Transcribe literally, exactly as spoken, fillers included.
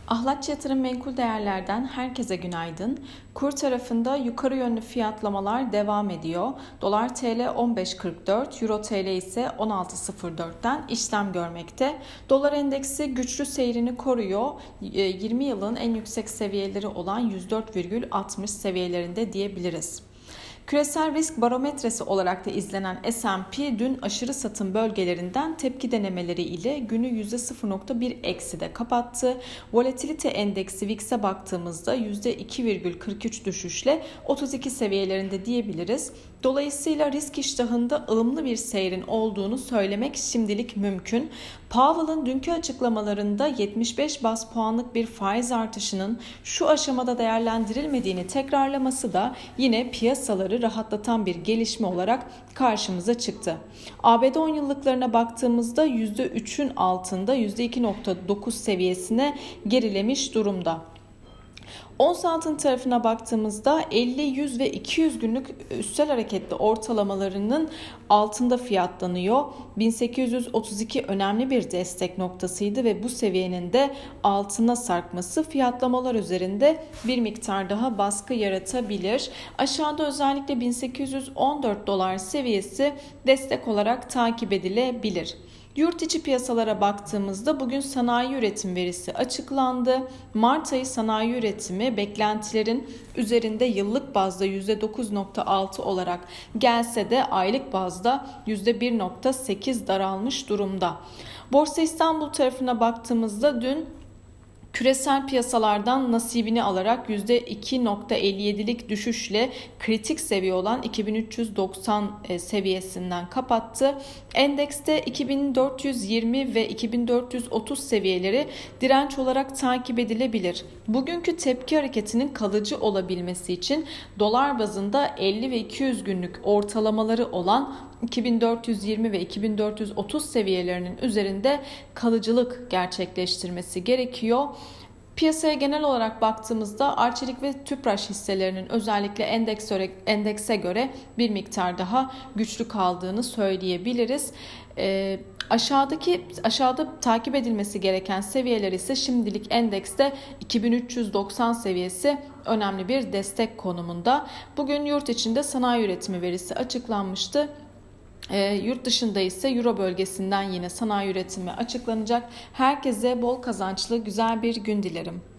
Ahlatçı Yatırım Menkul Değerler'den herkese günaydın. Kur tarafında yukarı yönlü fiyatlamalar devam ediyor. Dolar T L on beş kırk dört, Euro T L ise on altı sıfır dörtten işlem görmekte. Dolar endeksi güçlü seyrini koruyor. yirmi yılın en yüksek seviyeleri olan yüz dört virgül altmış seviyelerinde diyebiliriz. Küresel risk barometresi olarak da izlenen S and P dün aşırı satım bölgelerinden tepki denemeleri ile günü yüzde sıfır virgül bir ekside kapattı. Volatilite endeksi V I X'e baktığımızda yüzde iki virgül kırk üç düşüşle otuz iki seviyelerinde diyebiliriz. Dolayısıyla risk iştahında ılımlı bir seyrin olduğunu söylemek şimdilik mümkün. Powell'ın dünkü açıklamalarında yetmiş beş baz puanlık bir faiz artışının şu aşamada değerlendirilmediğini tekrarlaması da yine piyasaları rahatlatan bir gelişme olarak karşımıza çıktı. A B D on yıllıklarına baktığımızda yüzde üçün altında yüzde iki virgül dokuz seviyesine gerilemiş durumda. Ons altın tarafına baktığımızda elli, yüz ve iki yüz günlük üstel hareketli ortalamalarının altında fiyatlanıyor. bin sekiz yüz otuz iki önemli bir destek noktasıydı ve bu seviyenin de altına sarkması fiyatlamalar üzerinde bir miktar daha baskı yaratabilir. Aşağıda özellikle bin sekiz yüz on dört dolar seviyesi destek olarak takip edilebilir. Yurt içi piyasalara baktığımızda bugün sanayi üretim verisi açıklandı. Mart ayı sanayi üretimi beklentilerin üzerinde yıllık bazda yüzde dokuz virgül altı olarak gelse de aylık bazda yüzde bir virgül sekiz daralmış durumda. Borsa İstanbul tarafına baktığımızda dün küresel piyasalardan nasibini alarak yüzde iki virgül elli yedilik düşüşle kritik seviye olan iki bin üç yüz doksan seviyesinden kapattı. Endekste iki bin dört yüz yirmi ve iki bin dört yüz otuz seviyeleri direnç olarak takip edilebilir. Bugünkü tepki hareketinin kalıcı olabilmesi için dolar bazında elli ve iki yüz günlük ortalamaları olan iki bin dört yüz yirmi ve iki bin dört yüz otuz seviyelerinin üzerinde kalıcılık gerçekleştirmesi gerekiyor. Piyasaya genel olarak baktığımızda Arçelik ve Tüpraş hisselerinin özellikle endekse göre bir miktar daha güçlü kaldığını söyleyebiliriz. Ee, aşağıdaki aşağıda takip edilmesi gereken seviyeler ise şimdilik endekste iki bin üç yüz doksan seviyesi önemli bir destek konumunda. Bugün yurt içinde sanayi üretimi verisi açıklanmıştı. E, yurt dışında ise Euro bölgesinden yine sanayi üretimi açıklanacak. Herkese bol kazançlı güzel bir gün dilerim.